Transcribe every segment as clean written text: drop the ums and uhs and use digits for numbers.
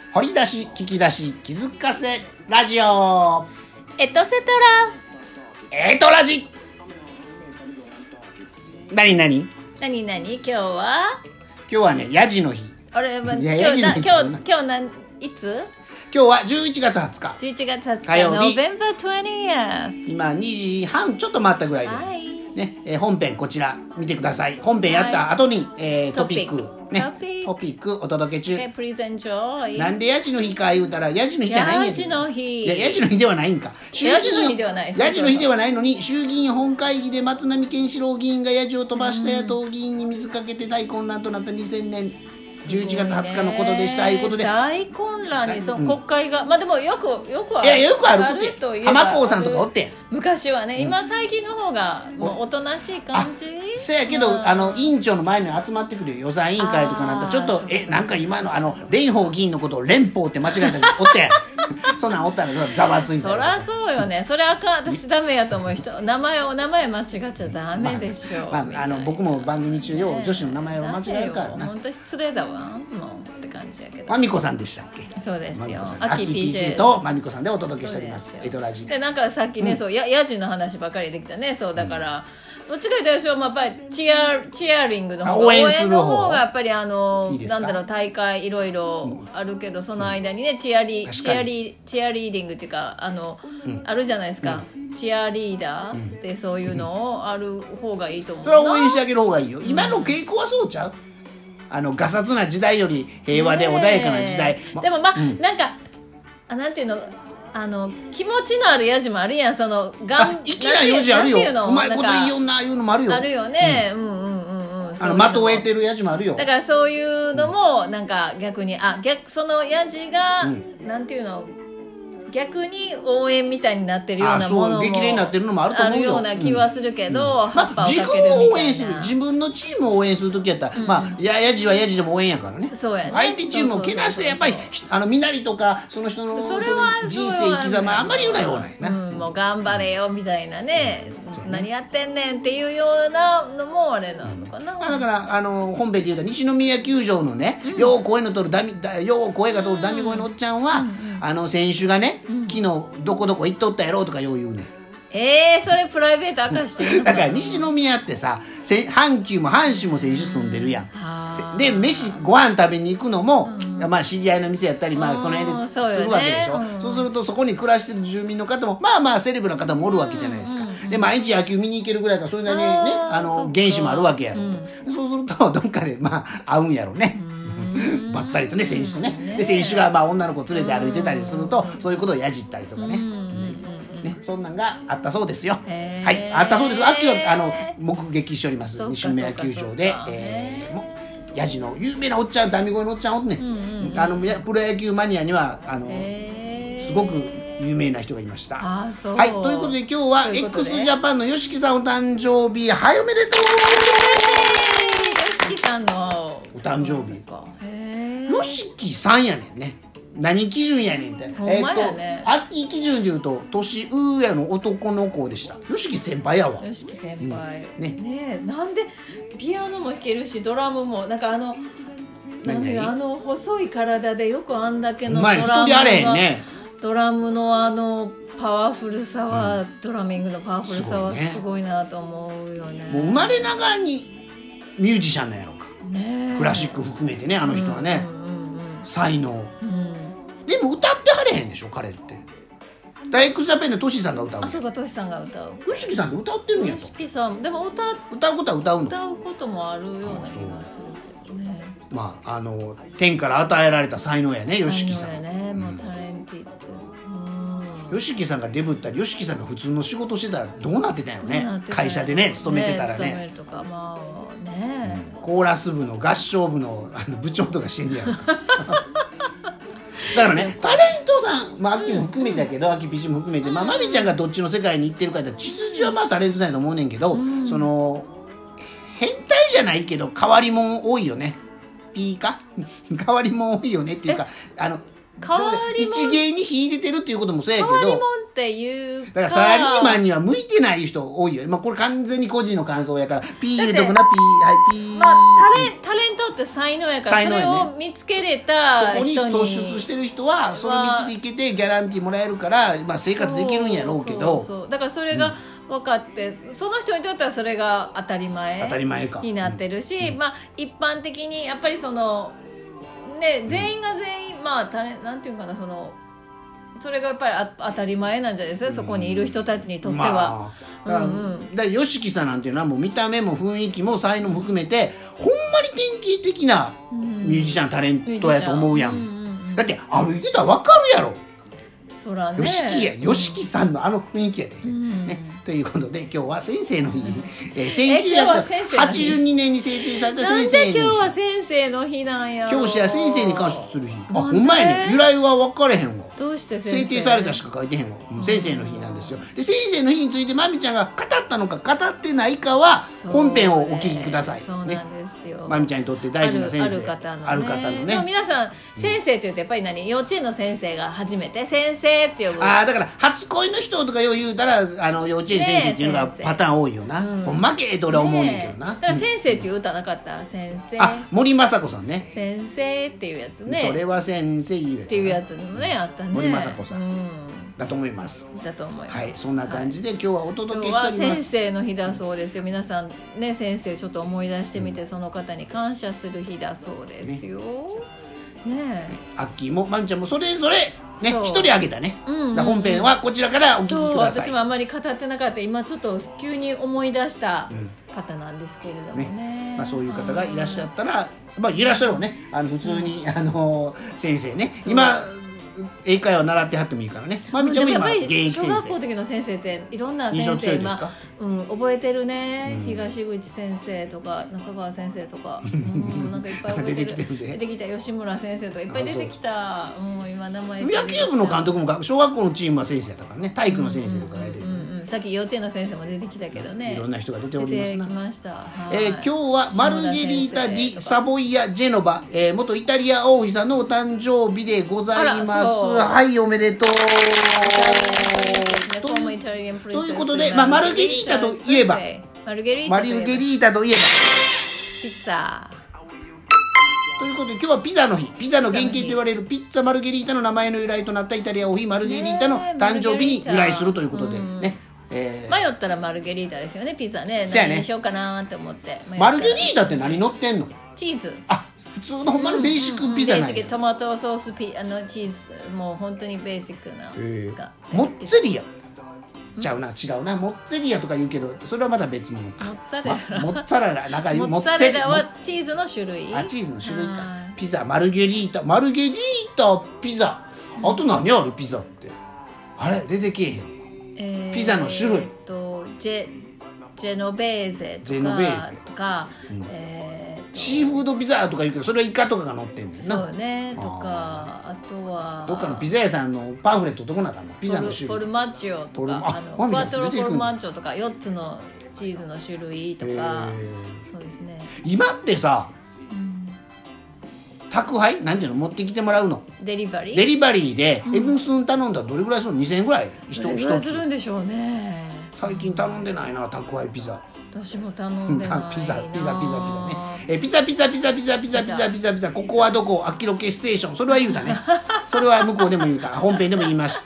掘り出し聞き出し気づかせラジオエトセトエトラジ。何ラ何今日はねヤジの日。 あれ、 いやヤジの日ちゃうな。 今日いつ今日は11月20日 11月20日火曜日 November 20th。 今2時半ちょっと回ったぐらいです、 はいね。本編こちら見てください。本編やった後に、トピックね、トピックお届け中。 Okay, please enjoy。 なんでヤジの日か言うたらヤジの日じゃないんですよ。 ヤジの日。 いやヤジの日ではないんか。 ヤジの日ではない。 ヤジの日ではないのに衆議院本会議で松並健四郎議員がヤジを飛ばした野党議員に水かけて大混乱となった2000年11月20日のことでしたということで、 大混乱に国会が、まあでもよくある。 いやよくあるといえば浜子さんとかおってん昔はね、今最近の方がもうおとなしい感じ。 せやけど、委員長の前に集まってくる予算委員会とかなんかちょっとなんか今の蓮舫議員のことを連邦って間違えたりおってんそんなんおったらざわついたそりゃそうよね。それあかん。私ダメやと思う人、名前間違っちゃダメでしょ。 僕も番組中よ女子の名前を間違えるからな。 本当失礼だわもうって感じやけど。 まみこさんでしたっけ。 そうですよ。 秋 PJ とまみこさんでお届けしております。エトラジでなんかさっきね、そうヤジの話ばかりできたね。そうだから、どっちかというとやっぱりチアリングの方が応援する方の方がやっぱりいいですか。 なんだろう、大会いろいろあるけど、その間にねチアリーディングっていうかあるじゃないですか、チアリーダーってそういうのをある方がいいと思う。 それは応援してあげる方がいいよ。今の傾向はそうちゃう。ガサツな時代より平和で穏やかな時代、 でもなんかなんていうの、気持ちのあるヤジもあるやん。その粋なヤジあるよ。うまいこと言いよんないうのもあるよ。 あるよね。 的を得てるヤジもあるよ。 だからそういうのもなんか逆にそのヤジが、なんていうの、逆に応援みたいになってるようなものも激励になってるのもあると思うよ。 あるような気はするけど、葉っぱをかけるみたいな。 自分を応援する、自分のチームを応援するときやったら、ヤジはヤジでも応援やからね。 そうやね。 相手チームをけなしてやっぱり身なりとかその人の人生生き様あんまり言うなようないな。 もう頑張れよみたいなね、何やってんねんっていうようなのもあれなのかな。 だから本編で言うた西宮球場のね、よう声が通るダミ声のおっちゃんは、選手がね、昨日どこどこ行っとったやろとかよう言うねん。 それプライベート明かしてるの。 だから西宮ってさ、阪神も選手住んでるやん。でご飯食べに行くのも、知り合いの店やったり、その辺でするわけでしょ。そうするとそこに暮らしてる住民の方もセレブな方もおるわけじゃないですか。で毎日野球見に行けるぐらいからそれなりにね原資もあるわけやろと。そうするとどっかで会うんやろね。ばったりとね、選手とね。で選手が女の子連れて歩いてたりすると、そういうことをやじったりとかね。そんなんがあったそうですよ。はい、あったそうです。秋は目撃しております西宮球場で、ヤジの有名なおっちゃん、ダミ声のおっちゃんおってね、プロ野球マニアにはすごく有名な人がいました。はい、ということで今日は x ジャパンの吉木さんお誕生日、はいおめでとう。 吉木さんのお誕生日、吉木さんやねんね。何基準やねんって。秋基準でいうと年上の男の子でした。吉木先輩やわ。 吉木先輩、ね、なんでピアノも弾けるしドラムもなんか細い体でよくあんだけのドラムのパワフルさは、ドラミングのパワフルさはすごいなと思うよね。 もう生まれながらにミュージシャンなんやろか、クラシック含めてね、あの人はね、才能、でも歌ってはれへんでしょ彼って。ダイエックスジャパンでトシさんが歌う。 そうか、トシさんが歌う。 吉木さんで歌ってるんやと。 吉木さんでも歌うことは歌うの。 歌うこともあるような気がするけどね。 天から与えられた才能やね、吉木さん。 才能やね、もうタレンティッド。 吉木さんがデブったり、吉木さんが普通の仕事してたらどうなってたよね。会社でね勤めてたらね。 勤めるとかコーラス部の合唱部の部長とかしてんねやろ。だからね、タレントさん、秋も含めてやけど、秋ピチも含めて、まみちゃんがどっちの世界に行ってるかって血筋はタレントさんやと思うねんけど、その変態じゃないけど変わり者多いよね。いいか変わり者多いよねっていうか、 変わりもん一芸に秀でてるっていうこともそうやけど、 変わりもんっていうか、 だからサラリーマンには向いてない人多いよね。まあこれ完全に個人の感想やからピー入れとくな、ピー、はいピー、 まあ、タレントって才能やから、それを見つけれたそこに人に突出してる人はその道で行けてギャランティーもらえるから、まあ、生活できるんやろうけど、 そうだからそれが分かって、その人にとってはそれが当たり前になってるし、まあ、一般的にやっぱりその、ね、全員が全員、まあなんていうかな、それがやっぱり当たり前なんじゃないですか、そこにいる人たちにとっては。 だからYOSHIKIさんなんていうのはもう見た目も雰囲気も才能も含めてほんまに典型的なミュージシャン、タレントやと思うやん。だって歩いてたら分かるやろ。 そらね、 YOSHIKIさんのあの雰囲気やで、ね。ということで今日は先生の日、1982年に制定された先生の日。なんで今日は先生の日なんやろ。 教師や先生に感謝する日。ほんまやね。由来は分かれへんわ。 どうして先生制定されたしか書いてへんわ。先生の日なんですよ。で先生の日についてまみちゃんが語ったのか語ってないかは本編をお聞きください。 そうなんですよ。 まみちゃんにとって大事な先生、 ある方のね。でも皆さん先生って言うとやっぱり幼稚園の先生が初めて先生って呼ぶ。 だから初恋の人とかよう言うたら幼稚園先生っていうのがパターン多いよな。ほんまけえと俺は思うねんけどな。 だから先生っていう歌なかった？先生。 森昌子さんね。 先生っていうやつね。 それは先生言うやつ。 っていうやつもねあったね。 森昌子さん。だと思います。はい、そんな感じで今日はお届けしております。 今日は先生の日だそうですよ。皆さんね、先生ちょっと思い出してみて、その方に感謝する日だそうですよ。ねえ。 アッキーもまみちゃんもそれぞれね一人あげたね。本編はこちらからお聞きください。 私もあんまり語ってなかった。今ちょっと急に思い出した方なんですけれどもね。 まあそういう方がいらっしゃったら、まあいらっしゃるわね。普通に先生ね。今英会話習ってはってもいいからね。まみちゃんも今現役先生。 小学校の時の先生っていろんな先生覚えてるね。東口先生とか中川先生とか、なんかいっぱい覚えてる。出てきた吉村先生とかいっぱい出てきた。今名前。 野球部の監督も小学校のチームは先生だからね。体育の先生とかが出てる。 さっき幼稚園の先生も出てきたけどね。 いろんな人が出ておりますな。 出てきました。 今日はマルゲリータ・ディ・サボイア・ジェノバ、元イタリア王妃さんのお誕生日でございます。はい、おめでとう。ということで、マルゲリータといえばマルゲリータといえばピザ。 ということで今日はピザの日、ピザの原型と言われるピッツァマルゲリータの名前の由来となったイタリア王妃マルゲリータの誕生日に由来するということでね。 迷ったらマルゲリータですよね。ピザね、何にしようかなって思って。 マルゲリータって何乗ってんの？ チーズ。 普通のほんまのベーシックピザなんや。 ベーシックトマトソースチーズ、もう本当にベーシックな。 モッツァリア違うな、モッツァリアとか言うけどそれはまだ別物か。 モッツァレラなんかモッツァレラはチーズの種類。 チーズの種類か。ピザマルゲリータピザ。あと何あるピザって。あれ出てけえへん。ピザの種類。 ジェノベーゼとかシーフードピザとか言うけどそれはイカとかが乗ってんだよな。 そうね。とかあとはどっかのピザ屋さんのパンフレットどこなかのピザの種類。 フォルマッジオとかクワトロフォルマッジオとか4つのチーズの種類とか。そうですね。今ってさ宅配なんていうの持ってきてもらうのデリバリーで M スン頼んだらどれぐらいするの？2000円ぐらいどれぐらいするんでしょうね。 最近頼んでないな宅配ピザ。 私も頼んでないな。 ピザね。ピザここはどこ？アキロケステーション。それは言うたね。それは向こうでも言うた。本編でも言いました。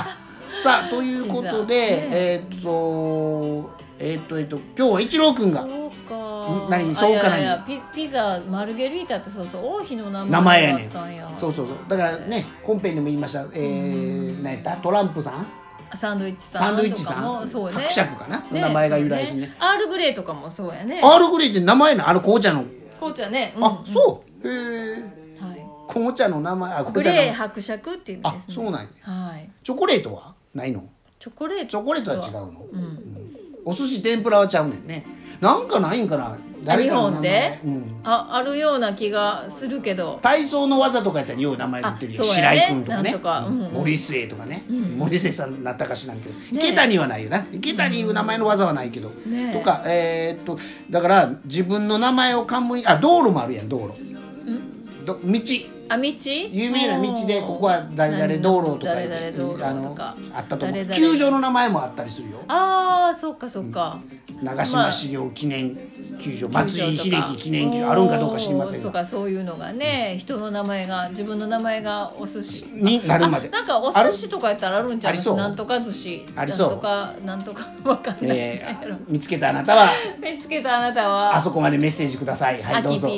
さあということで今日は一郎くんがそうかピザマルゲリータってそう王妃の名前だったんや。 そうだからね本編でも言いました。何やったトランプさんサンドイッチさんそうね。 伯爵かな名前が由来するね。 アールグレーとかもそうやね。 アールグレーって名前な紅茶のね。 そうへえ。紅茶の名前グレー伯爵っていう意味ですね。 そうなんや。チョコレートはないの？ チョコレートは違うの？お寿司天ぷらはちゃうねんね。なんかないんかな。 日本であるような気がするけど。 体操の技とかやったらよう名前言ってるよ。白井君とかね。森末とかね。森末さんなったかしなんけど。池谷はないよな。池谷いう名前の技はないけど。とかだから自分の名前を冠に道路もあるやん道路。道道有名な道でここは誰々道路とかあったと思う。球場の名前もあったりするよ。 ああそうかそうか、 長嶋茂雄記念球場、松井秀喜記念球場あるんかどうか知りませんが、 そうか、そういうのがね、人の名前が、自分の名前がお寿司になるまで、 なんかお寿司とかやったらあるんちゃいます？なんとか寿司、なんとかなんとか分かんない、 見つけたあなたはあそこまでメッセージください。はい、どうぞ。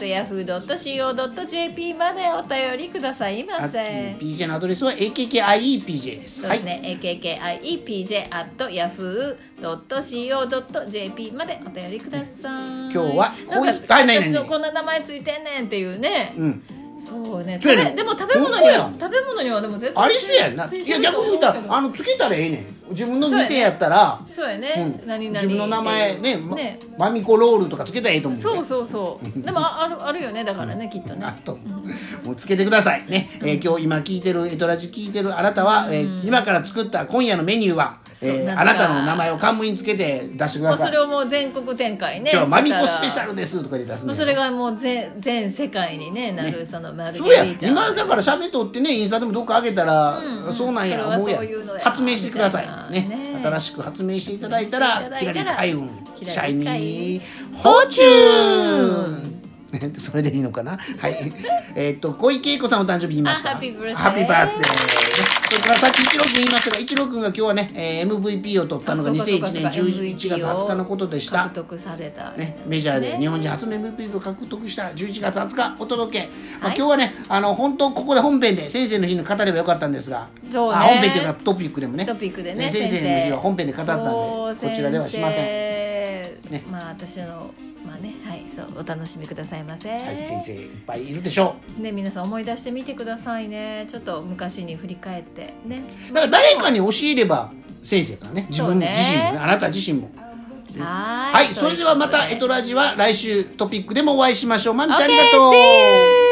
akipj@yahoo.co.jp までお便りくださいませ。 PJ のアドレスは AKKIEPJ です。 そうですね、AKKIEPJ@yahoo.co.jp までお便りください。 今日は私のこんな名前ついてんねんっていうね、そうね、でも食べ物にはでも絶対ありそうやんな。いや逆に言ったらつけたらええねん。自分の店やったらそうやね、 自分の名前ね、マミコロールとかつけたらええと思う。 そうでもあるよね、だからね、きっとね。 もうつけてくださいね。今日今聞いてるエトラジ聞いてるあなたは今から作った今夜のメニューはあなたの名前を冠につけて出してください。 それをもう全国展開ね、 今日はマミコスペシャルですとかで出すね。 それがもう全世界にねなる、そのマルゲリータ。 今だからしゃべとってね、インスタでもどっか上げたらそうなんや思うやん。発明してくださいね。新しく発明していただいたらキラリ開運シャイニーフォーチュンそれでいいのかな。はい。小池栄子さんお誕生日言いました。ハッピーバースデー。それからさっき一郎君言いましたが、一郎君が今日はね、MVP を取ったのが2001年11月20日のことでした。 獲得された。 ね、メジャーで日本人初の MVP を獲得した11月20日お届け。今日はね、本当ここで本編で先生の日に語ればよかったんですが、本編っていうかトピックでもね。 トピックでね。 先生の日は本編で語ったんで、こちらではしません。 ね、まあ私のまあね、はい、そうお楽しみくださいませ。 はい、先生いっぱいいるでしょう。ね、皆さん思い出してみてくださいね。ちょっと昔に振り返ってね。 だから誰かに教えれば先生からね、自分自身もね、あなた自身も。はい、それではまたエトラジは来週トピックでもお会いしましょう。まみちゃんありがとう。